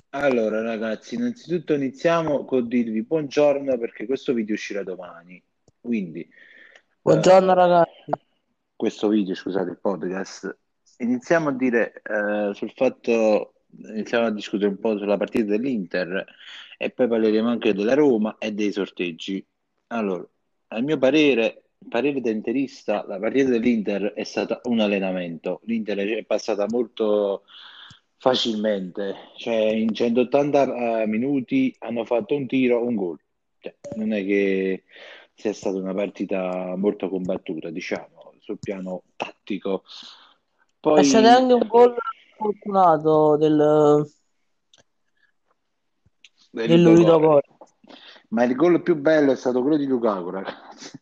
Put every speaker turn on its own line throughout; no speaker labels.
Allora, ragazzi, innanzitutto iniziamo con dirvi buongiorno perché questo video uscirà domani. Quindi,
Buongiorno
eh,
ragazzi.
questo video, scusate, il podcast. Iniziamo a dire sul fatto, iniziamo a discutere un po' sulla partita dell'Inter e poi parleremo anche della Roma e dei sorteggi. Allora, a mio parere da interista, la partita dell'Inter è stata un allenamento. L'Inter è passata molto facilmente, cioè in 180 minuti hanno fatto un tiro, un gol. Cioè, non è che sia stata una partita molto combattuta, diciamo, sul piano tattico.
Lasciate
Poi
anche un gol fortunato
del
dell'Uridogore.
Ludogorets. Ma il gol più bello è stato quello di Lukaku, ragazzi.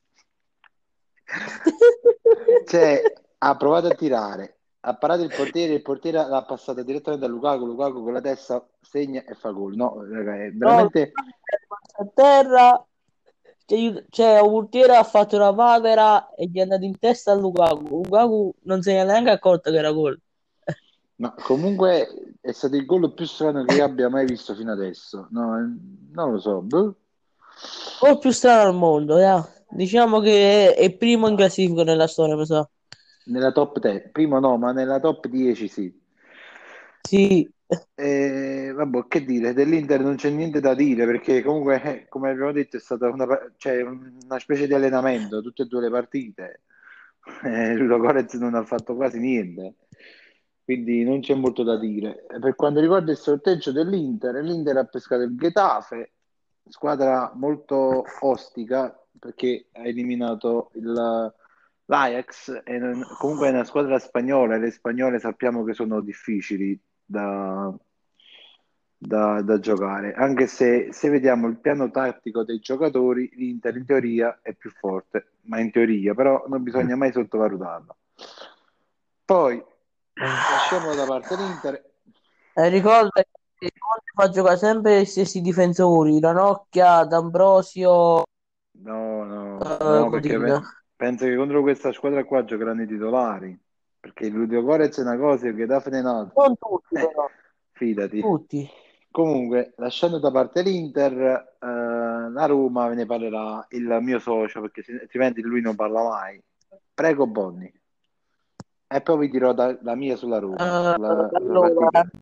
Cioè, ha provato a tirare, ha parato il portiere l'ha passata direttamente a Lukaku, Lukaku con la testa segna e fa gol. No, raga, è
No,
veramente...
è rimasto a terra, c'è un portiere ha fatto una papera e gli è andato in testa a Lukaku. Lukaku non si è neanche accorto che era gol.
Ma comunque è stato il gol più strano che io abbia mai visto fino adesso. No, non lo so. Boh.
Gol più strano al mondo, diciamo che è primo in classifica nella storia, mi sa.
Nella top 10, primo no, ma nella top 10 sì.
Sì,
Vabbè, che dire, dell'Inter non c'è niente da dire perché comunque, come abbiamo detto, è stata cioè, una specie di allenamento, tutte e due le partite. Ludo Gorez non ha fatto quasi niente, quindi non c'è molto da dire. Per quanto riguarda il sorteggio dell'Inter, l'Inter ha pescato il Getafe, squadra molto ostica perché ha eliminato l'Ajax e comunque è una squadra spagnola e le spagnole sappiamo che sono difficili da, da giocare, anche se vediamo il piano tattico dei giocatori, l'Inter in teoria è più forte, ma in teoria, però non bisogna mai sottovalutarlo. Poi lasciamo da parte l'Inter.
ricorda che Conte fa giocare sempre gli stessi difensori, Ranocchia, D'Ambrosio,
No, no, no,
come
perché
dire,
penso che contro questa squadra qua giocheranno i titolari, perché Ludio Gorez è una cosa e il Getafe è un'altra.
non tutti
Eh,
però,
fidati.
tutti.
Comunque, lasciando da parte l'Inter, la Roma ve ne parlerà il mio socio, perché altrimenti lui non parla mai. Prego, Bonni. E poi vi dirò la mia sulla Roma, sulla
Allora,
partita.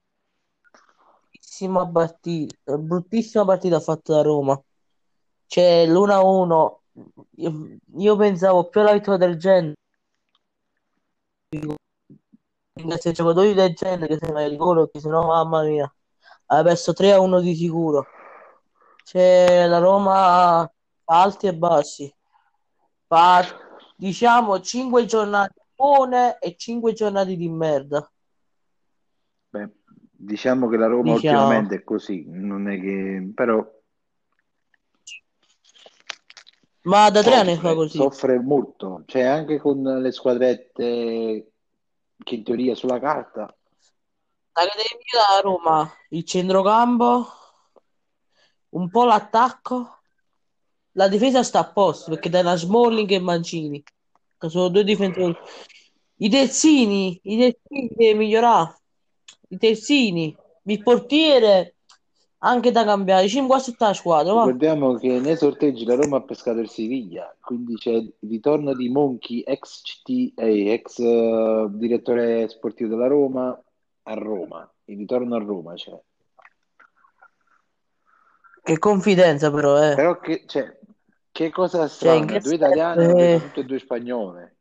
bruttissima partita fatta da Roma. C'è l'1-1. Io pensavo più alla vittoria del Gen, se giocatori del Gen che se ne il gol, che se no, mamma mia, aveva perso 3-1 di sicuro. C'è la Roma fa alti e bassi. Fa, diciamo, 5 giornate buone e 5 giornate di merda.
Beh, diciamo che la Roma
Diciamo.
ultimamente è così, non è che... però
Ma da 3 anni fa
soffre,
così.
soffre molto, cioè anche con le squadrette che in teoria sulla carta,
L'Accademia da Roma, il centrocampo, un po' l'attacco, la difesa sta a posto perché dai una Smalling e Mancini, che sono due difensori. I terzini devi migliorare. I terzini, il portiere, anche da cambiare. Diciamo qua tutta la squadra, va.
ricordiamo che nei sorteggi la Roma ha pescato il Siviglia, quindi c'è il ritorno di Monchi, ex CT, ex direttore sportivo della Roma, a Roma, il ritorno a Roma c'è.
Che confidenza però, eh.
Però che cosa
Cioè, in
strana,
che
due
senso?
italiane hanno preso tutte e due spagnole.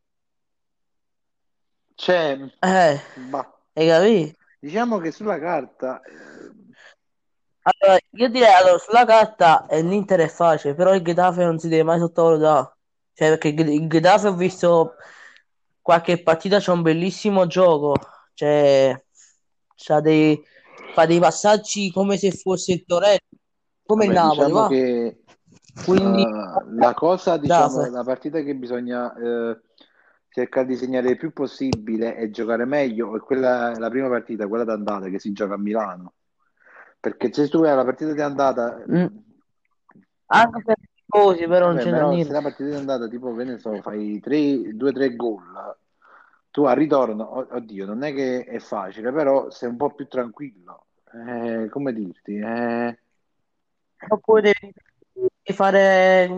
C'è,
Eh,
bah,
hai capito?
diciamo che sulla carta,
Allora, io direi, allora, sulla carta l'Inter è facile, però il Getafe non si deve mai sottovalutare. Cioè, perché il Getafe ho visto qualche partita, c'è un bellissimo gioco. Cioè, c'ha fa dei passaggi come se fosse il Torino, come il
vabbè,
Napoli,
diciamo
va?
che
Quindi,
la cosa, diciamo,
Getafe.
la partita che bisogna cercare di segnare il più possibile e giocare meglio è quella, la prima partita, quella d'andata che si gioca a Milano. Perché se tu hai la partita di andata,
Mm, Anche per i tifosi, però non
vabbè,
c'entra
però se
niente.
la partita di andata, tipo, che ne so, fai 2-3 gol, tu al ritorno, oddio, non è che è facile, però sei un po' più tranquillo. come dirti,
Oppure devi fare...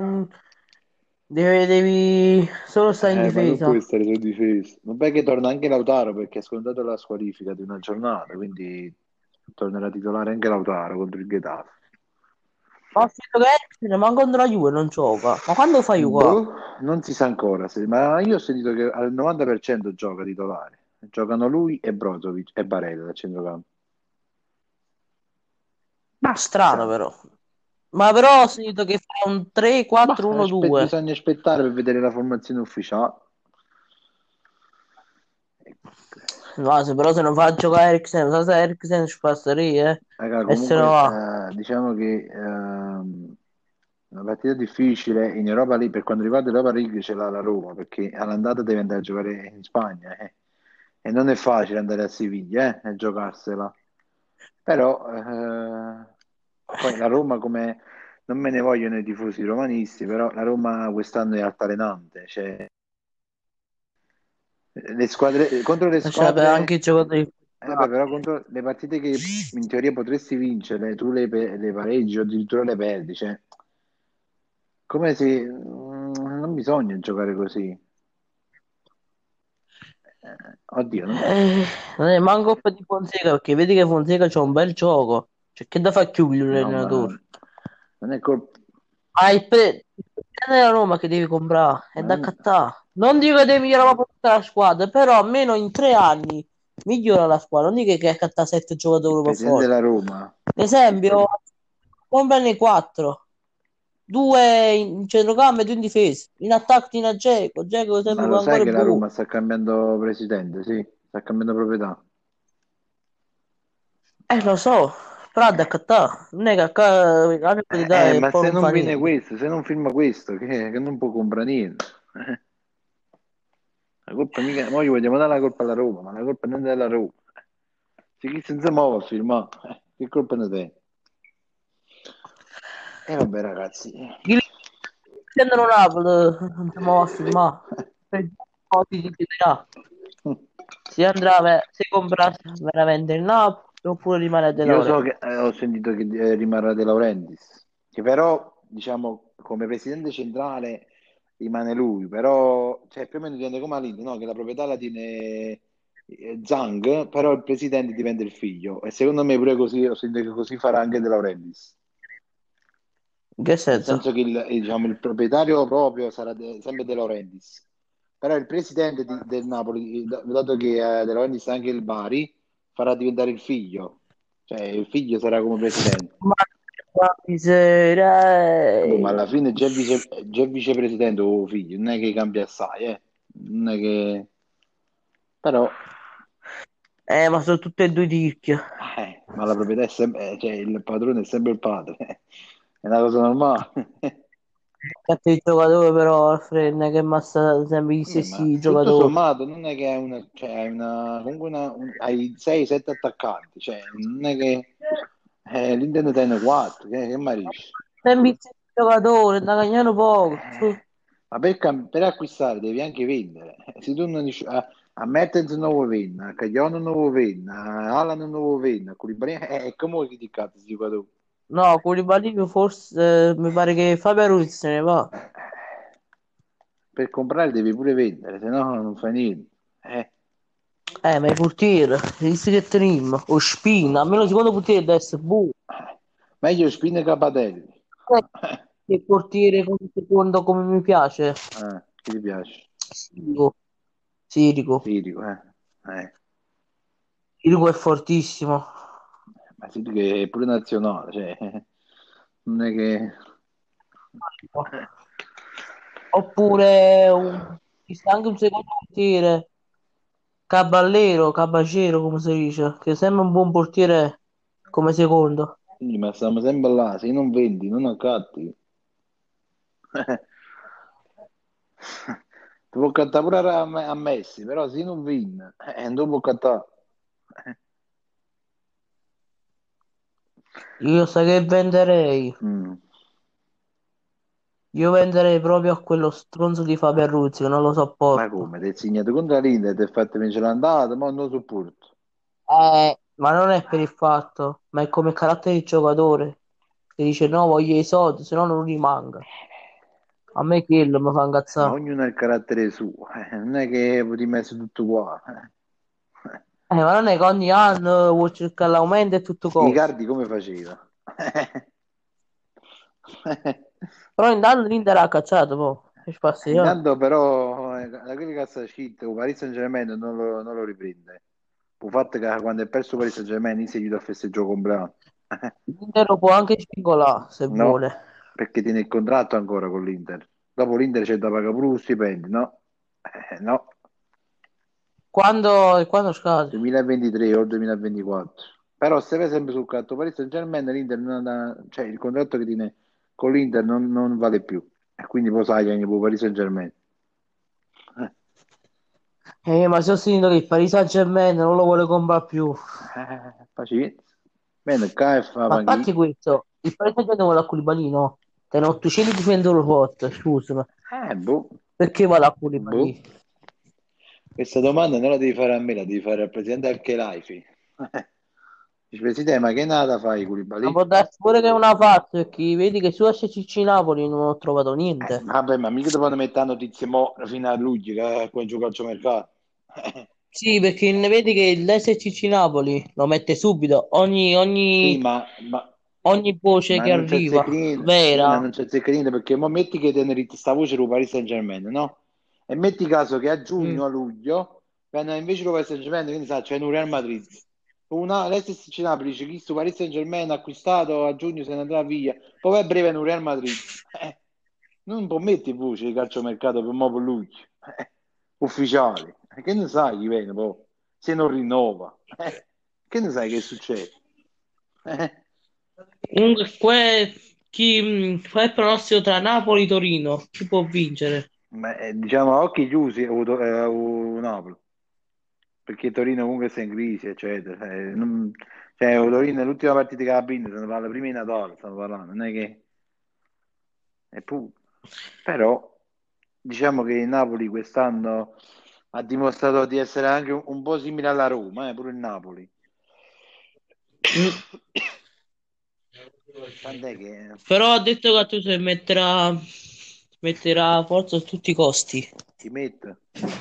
devi solo stare in
ma non puoi
difesa.
stare su difesa. Vabbè che torna anche Lautaro perché ha scontato la squalifica di una giornata, quindi tornerà titolare anche Lautaro contro il Getafe.
Ma ho sentito che Eriksen, ma contro la Juve non gioca. Ma quando fai qua?
Boh, non si sa ancora, ma io ho sentito che al 90% gioca titolare. Giocano lui e Brozovic e Barella a centrocampo.
Ma strano
Chissà.
però. Ma però ho sentito che fa un
Ma
3-4-1-2.
bisogna aspettare per vedere la formazione ufficiale.
No, però se non fa giocare Eriksen, non so se Eriksen ci passeria, eh.
Raga,
E se no
comunque
va.
diciamo che una partita difficile in Europa League, per quanto riguarda l'Europa League ce l'ha la Roma, perché all'andata deve andare a giocare in Spagna, e non è facile andare a Siviglia, e giocarsela. Però poi la Roma, come non me ne vogliono i tifosi romanisti, però la Roma quest'anno è altalenante, cioè le squadre, contro le
Cioè, beh, anche i
squadre,
giocatori.
però contro le partite che in teoria potresti vincere, tu le pareggi o addirittura le perdi, cioè, come se non bisogna giocare così. Oddio,
Eh, non è manco colpa di Fonseca, perché vedi che Fonseca c'ha un bel gioco. Cioè, che da fa chiudere
no, ma
l'allenatore?
non è colpa,
Ah, il presidente della Roma che devi comprare è
ma
da
non-
cattà. Non dico che devi migliorare proprio tutta la squadra, però almeno in 3 anni migliora la squadra. Non dico che cattà 7 giocatori
il
per
presidente
forza.
della Roma,
Per
il
esempio,
pre-
comprane 4, 2 in centrocampo e 2 in difesa. In attacco Tina Dzeko, Dzeko
ma
sempre
lo sai
ancora
che la
buono.
Roma sta cambiando presidente, sì, sta cambiando proprietà.
Lo so, però da cattà. Non è che a proprietà e
Ma
poi
se
non
non
fa
viene
niente.
questo, se non firma questo, che non può comprare niente. La colpa mica, noi vogliamo dare la colpa alla Roma, ma la colpa non è della Roma. Se chi senza muove a firmare, che colpa ne te? E vabbè ragazzi.
Chi li prendono Napoli, non siamo a firmare. Per i si deciderà. Si andrà, se compra veramente il Napoli oppure rimane a De
Io so
Laurentiis.
che ho sentito che rimarrà De Laurentiis, che però, diciamo, come presidente centrale rimane lui, però, cioè, più o meno diventa come all'Inter, no? Che la proprietà la tiene Zhang, però il presidente diventa il figlio, e secondo me pure così, ho sentito che così farà anche De Laurentiis.
In che
Nel
senso?
senso che diciamo, il proprietario proprio sarà sempre De Laurentiis, però il presidente del Napoli, dato che De Laurentiis è anche il Bari, farà diventare il figlio, cioè il figlio sarà come presidente.
Ma che miseria.
Vabbè, ma alla fine già il vicepresidente o figlio, non è che cambia assai, non è che... Però,
Ma sono tutte e due tirchie.
ma la proprietà è sempre, cioè il padrone è sempre il padre, è una cosa normale.
Cattivi giocatori però, Alfred, non è che massa sempre gli
Vabbè, ma
stessi
tutto
giocatori.
sommato non è che hai una, cioè, comunque hai 6-7 attaccanti, cioè non è che l'Inter ne tiene 4, che Marisci.
Sempre gli stessi giocatori, sta guadagnando poco.
Ma per acquistare devi anche vendere. Se tu non riesci a Mertens non vuoi vendere, a Cagliano non vuoi vendere, a Alan non vuoi vendere, a Koulibaly, come vuoi che ti cazzo si qua tu?
No, Koulibaly forse mi pare che Fabio Ruiz se ne va.
Per comprare devi pure vendere, se no non fai niente.
Ma i portieri, visto che teniamo, o Spina, almeno secondo portiere deve essere buono.
Meglio Spine Capatelli.
Il portiere come secondo come mi piace.
Chi ti piace?
Sirico. Sirico.
Sirico, eh. Eh.
Sirico è fortissimo.
Ma Sirico è pure nazionale, cioè, non è che...
Oppure ci sta anche un secondo portiere, Caballero, Caballero come si dice, che sembra un buon portiere come secondo.
Quindi, ma stiamo sempre là, se non vendi, non accatti. Ti può cattare pure a Messi, però se non vinna, non può cattare.
Io sai che venderei?
Mm.
Io venderei proprio a quello stronzo di Fabio Ruzzi che non lo
Ma
sopporto.
come? Ti hai segnato contro l'Inter, ti hai fatto vincere l'andata, ma non lo sopporto.
Ma non è per il fatto, ma è come carattere di giocatore. Che dice no, voglio i soldi, se no non rimanga. A me quello mi fa
Ma
incazzare.
ognuno ha il carattere suo, non è che ti messo tutto qua.
Ma non è che ogni anno vuoi cercare l'aumento e tutto costo.
Icardi come faceva?
Però intanto l'Inter ha cacciato, po'. Che spaziale.
Intanto però da quelli che sta scritto, il Paris Saint-Germain non lo riprende. Il fatto che quando è perso il Paris Saint-Germain inizia a festeggio compleanno.
L'Inter lo può anche svincolare se
No,
vuole.
perché tiene il contratto ancora con l'Inter. Dopo l'Inter c'è da pagare pure lo stipendio, no? No,
Quando scade?
2023 o 2024. Però se vai sempre sul catto Paris Saint-Germain, l'Inter cioè il contratto che tiene con l'Inter non vale più. E quindi poi sai che anche per Paris Saint-Germain. Eh,
Ma se ho sentito che il Paris Saint-Germain non lo vuole comprare più.
pazienza. Bene, qua e fa
Ma a
panchina.
parte questo, il Paris Saint-Germain vuole a Koulibaly, no? Te ne 800 difensori forte, scusami.
Boh,
Perché vuole a
boh.
Koulibaly?
Questa domanda non la devi fare a me, la devi fare al presidente Al-Khelaifi. Dice, presidente, ma che nata fai,
Ma
Koulibaly?
può darsi pure che è una farsa, perché vedi che su SCC Napoli non ho trovato niente.
Vabbè, ma mica devono mettere notizie mo fino a luglio, che qua gioca al calciomercato.
Sì, perché vedi che l'SCC Napoli lo mette subito,
Sì,
ogni, ogni voce
ma
che
non c'è
arriva,
Zecchinin, sì, ma
vera.
non c'è Zecchinin perché mo metti che Tenerit sta voce del Paris Saint-Germain, no? E metti caso che a
Mm.
giugno, a luglio, venga invece il Paris Saint-Germain, quindi sa, c'è un Real Madrid. L'SSC Napoli dice chi sto Paris Saint-Germain ha acquistato a giugno se ne andrà via, poi va a breve un Real Madrid. Non può mettere voce di calciomercato per mo per luglio. Ufficiale. Che ne sai chi viene poi? Se non rinnova. Che ne sai che succede?
Comunque, qual è il pronostico tra Napoli e Torino? Chi può vincere?
Ma, diciamo a occhi chiusi Napoli, perché Torino comunque sta in crisi, eccetera. Cioè, Torino l'ultima partita che ha vinto, se ne parla prima di Natale, stiamo parlando, non è che... Però diciamo che il Napoli quest'anno ha dimostrato di essere anche un po' simile alla Roma, pure il Napoli.
Mm.
Tant'è che
Però ha detto che tu metterà forza a tutti i costi.
chi mette?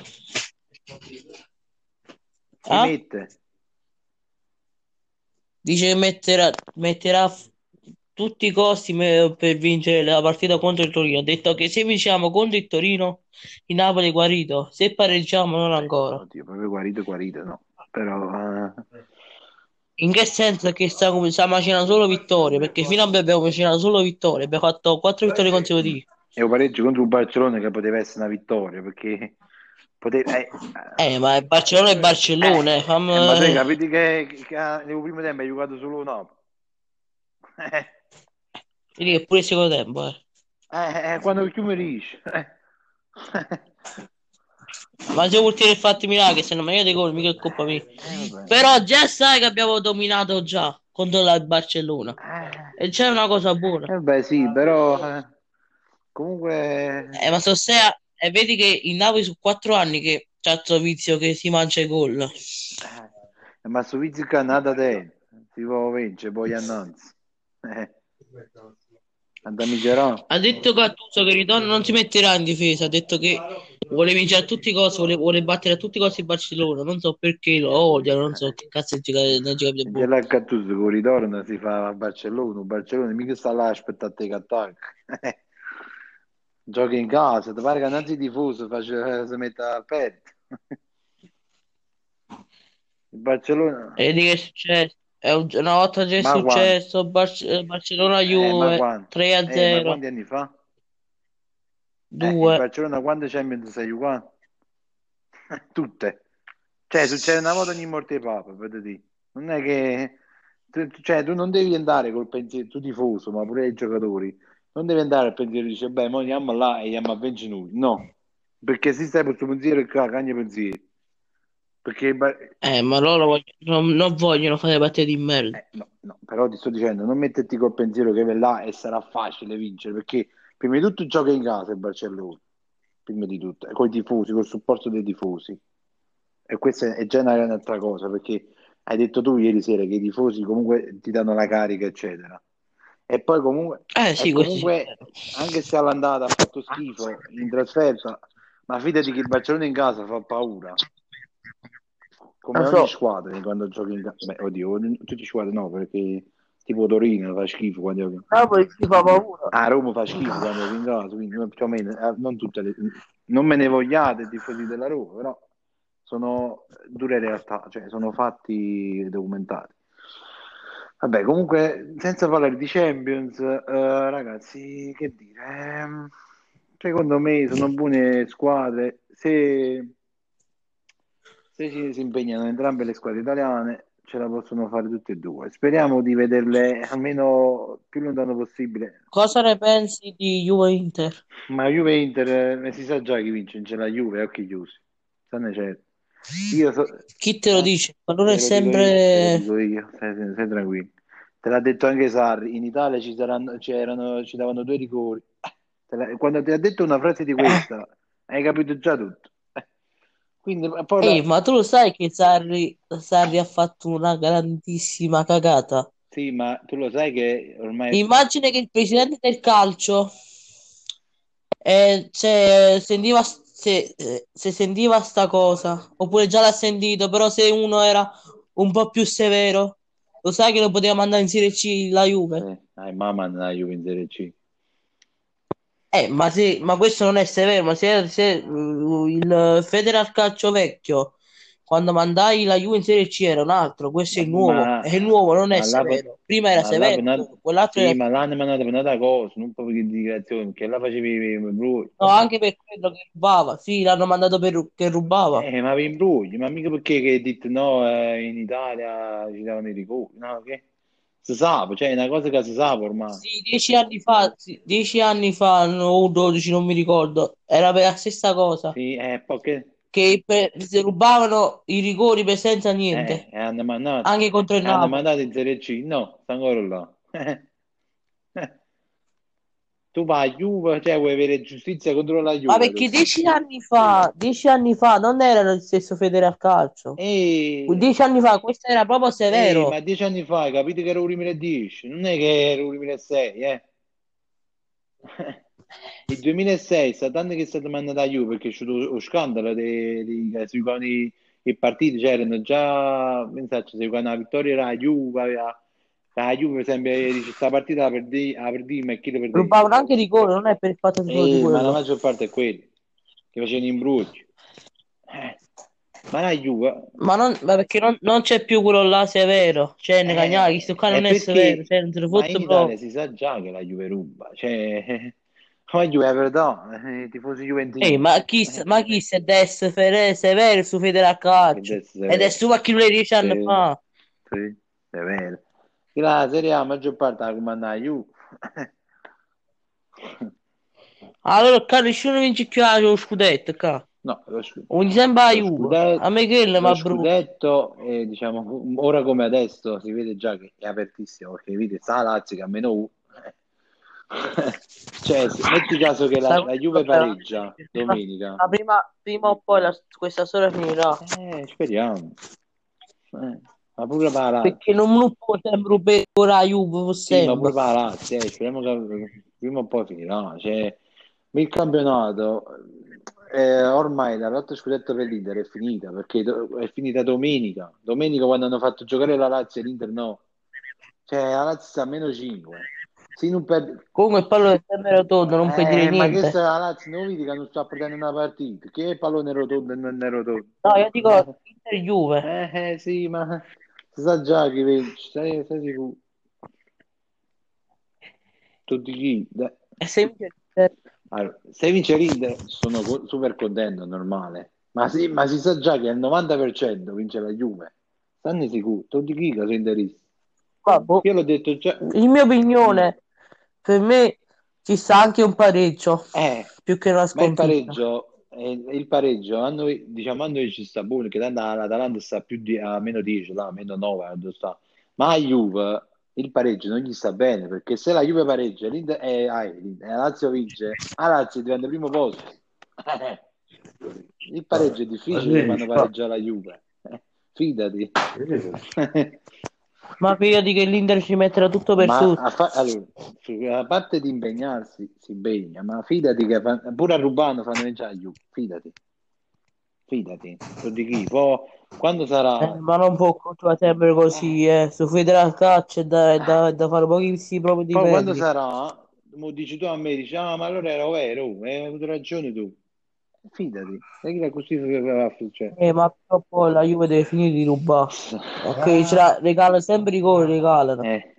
Chi
Ah?
mette?
Dice che metterà tutti i costi per vincere la partita contro il Torino. Ha detto che se vinciamo contro il Torino, il Napoli è guarito. Se pareggiamo, non ancora.
Oddio, proprio guarito, no. Però
In che senso? Che sta macinando solo vittorie? Perché fino a abbiamo macinato solo vittorie. Abbiamo fatto 4 vittorie consecutive.
è un pareggio contro il Barcellona che poteva essere una vittoria, perché poteva...
Ma il Barcellona è Barcellona.
ma te capite che nel primo tempo hai giocato solo Napoli?
Vedi che pure il secondo tempo.
Quando più mi dici?
Ma se vuol dire il fatto mirare che se non me ne dei gol, mica è colpa mia.
Vabbè.
Però già sai che abbiamo dominato già contro la Barcellona. E c'è una cosa buona.
Beh, sì, però comunque
Ma so se e vedi che il Napoli su 4 anni che c'ha sto vizio che si mangia i gol.
ma su Pizzica nada te si può vincere poi annanzi Andamigerò
Ha detto Gattuso che ritorno non si metterà in difesa. Ha detto che vuole vincere a tutti i costi, vuole battere a tutti i costi il Barcellona. Non so perché lo odiano, non so che cazzo ne gioca
già
boh.
la Gattuso che ritorna si fa a Barcellona il Barcellona mica sta là a aspettare te che attacca giochi in casa ti pare che annanzi i tifosi si metta a perdere il Barcellona
E di che è successo? Una volta già è
ma quando?
successo
Ma
Barcellona-Juve
quando? Ma
3-0,
quanti anni fa? Il
2.
Barcellona quante Champions sei qua? Tutte. Cioè, succede una volta ogni morte di Papa, per dire. Non è che... cioè, tu non devi andare col pensiero, tu tifoso, ma pure i giocatori, non devi andare al pensiero e dici, beh, mo andiamo là e andiamo a vincere noi. No, perché se stai per questo pensiero e cagna pensieri. Perché,
Ma loro non vogliono fare partite di merda.
no, no, però ti sto dicendo, non metterti col pensiero che vai là e sarà facile vincere, perché prima di tutto gioca in casa il Barcellona, prima di tutto, e con i tifosi, col supporto dei tifosi. E questa è già un'altra cosa, perché hai detto tu ieri sera che i tifosi comunque ti danno la carica, eccetera. E poi comunque, e
Sì, questo sì.
comunque anche se all'andata ha fatto schifo in trasferta, ma fidati che il Barcellona in casa fa paura,
Lo
come ogni
so.
squadra quando giochi in casa. Beh, oddio, tutte le squadre no, perché tipo Torino fa schifo quando giochi.
Napoli ci fa paura.
Ah, Roma fa schifo quando giochi in casa, quindi più o meno, non tutte non me ne vogliate, tifosi della Roma, però sono dure realtà, cioè sono fatti documentati. Vabbè, comunque, senza parlare di Champions, ragazzi, che dire? Secondo me sono buone squadre. Se si impegnano entrambe le squadre italiane, ce la possono fare tutte e due. Speriamo di vederle almeno più lontano possibile.
Cosa ne pensi di Juve Inter?
Ma Juve e Inter, si sa già chi vince, c'è la Juve, a occhi chiusi. Sanne certo. Io
Chi te lo dice? Ma non è
te lo
sempre...
dico io, stai tranquillo. Te l'ha detto anche Sarri, in Italia ci davano due rigori. Quando ti ha detto una frase di questa, hai capito già tutto. Quindi poi
Ma tu lo sai che Sarri ha fatto una grandissima cagata?
sì, ma tu lo sai che ormai
Immagina che il presidente del calcio se sentiva sta cosa, oppure già l'ha sentito, però se uno era un po' più severo, lo sai che lo poteva mandare in Serie C la Juve?
mamma nella Juve in Serie C.
Ma questo non è severo, ma se il Federal Calcio vecchio, quando mandai la Juve in Serie C era un altro, questo è il nuovo,
Ma,
e il nuovo non è
ma là,
severo, prima era
ma là,
severo, quell'altro
sì,
era
ma là ne mandato per una cosa, non proprio di dichiarazione, che là facevi i brugli.
no, anche per quello che rubava, sì, l'hanno mandato per che rubava.
Ma vi imbrugli, ma mica perché che hai detto no, in Italia ci davano i rigori, no, che? Si sa, cioè è una cosa che si sa ormai.
Sì, 10 anni fa, sì, 10 anni fa, o 12, non mi ricordo, era per la stessa cosa,
Sì, poi che,
se rubavano i rigori per senza niente, anche contro il
hanno
Napoli.
mandato in Serie C, no, sta ancora là. Tu vai a Juve, cioè vuoi avere giustizia contro la
Ma
Juve
perché
adesso.
10 anni fa non erano il stesso Federalcalcio.
E
10 anni fa questo era proprio
Ma
severo.
10 anni fa hai capito che era il 2010, non è che era il 2006, eh. Il 2006 sta tanto che è stato mandato a Juve perché è uscito lo scandalo sui quali i partiti c'erano già, pensate, se quando la vittoria era la Juve, la Juve per esempio dice questa partita la perdi, ma chi la perdeva?
Rubavano anche rigore, non è per il fatto solo di
Ma la
quello.
maggior parte è quelli che facevano imbrutti. Ma la Juve,
Ma perché non c'è più quello là severo. Cioè, ne cagnare, questo qua
è
non è severo.
perché,
Cioè, non te lo
ma
fotte
in Italia
proprio.
si sa già che la Juve ruba, cioè, la Juve è verità, i tifosi juventini,
Ma chi se deve essere severo su
che
Federalcalcio?
adesso
Ed è
deve,
su a chi lo è 10 anni
sì,
fa.
sì, è vero. Che la Serie A, la maggior parte la comanda la Juve.
Allora, qua nessuno vince più lo scudetto, qua.
No,
Ogni sempre la
lo
Juve. A me quello
lo
ma brutto.
scudetto, diciamo, ora come adesso si vede già che è apertissimo, perché vedi, sta la Lazio che ha meno U. Cioè, metti caso che
Sai,
la Juve
vabbè, ma
pareggia domenica.
prima o poi questa storia finirà.
Speriamo. Ma pure per la
Perché
Lazio.
non può sempre per la Juve, per
Sì, ma pure
sempre.
per la Lazio, speriamo che prima o poi finirà. Cioè, il campionato, ormai la lotta scudetto per l'Inter è finita, perché è finita domenica. Domenica quando hanno fatto giocare la Lazio e l'Inter no. Cioè, la Lazio sta a meno 5. Se non per...
Comunque il pallone è sempre rotondo, non puoi dire
Ma che sta
niente.
la Lazio non vedi che non sta perdendo una partita? Che è pallone rotondo e non è rotondo?
No, io dico Inter Juve.
Sì, ma si sa già che vince, stai sicuro. Tutti chi?
E se vince l'Inter,
Allora, se vince l'Inter sono super contento, normale. Ma, sì, ma si sa già che al 90% vince la Juve. Stanne sicuro, tutti chi che sono interisti.
vabbè,
Io l'ho detto già.
in mia
Mm.
opinione, per me ci sta anche un pareggio, più che una
Ma
sconfitta.
il pareggio a noi ci sta buono, che tanto l'Atalanta sta più a meno 10, là, a meno 9, dove sta. Ma a Juve il pareggio non gli sta bene, perché se la Juve pareggia, la Lazio vince, la Lazio diventa primo posto. Il pareggio è difficile che fanno pareggiare la Juve. fidati.
Ma fidati che l'Inter ci metterà tutto per
Ma
su.
allora, a parte di impegnarsi, si impegna, ma fidati che pure a Rubano fanno vincere la Juve, fidati, so di chi. Poi, quando sarà...
Ma non può continuare sempre così,
eh,
Su federale calcio è da fare pochissimi propri
poi quando
difendi.
sarà, mo dici tu a me, dici, ah, ma allora ero vero, hai avuto ragione tu. Fidati, e chi l'ha così che va a succedere?
Ma purtroppo la Juve deve finire di rubare. Ok, regala sempre i gol, regalano.
Eh.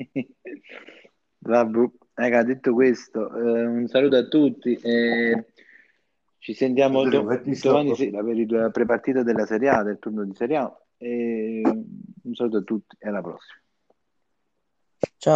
Vabbè, raga, detto questo, un saluto a tutti e ci sentiamo domani sera per la prepartita della Serie A, del turno di Serie A e un saluto a tutti e alla prossima.
Ciao.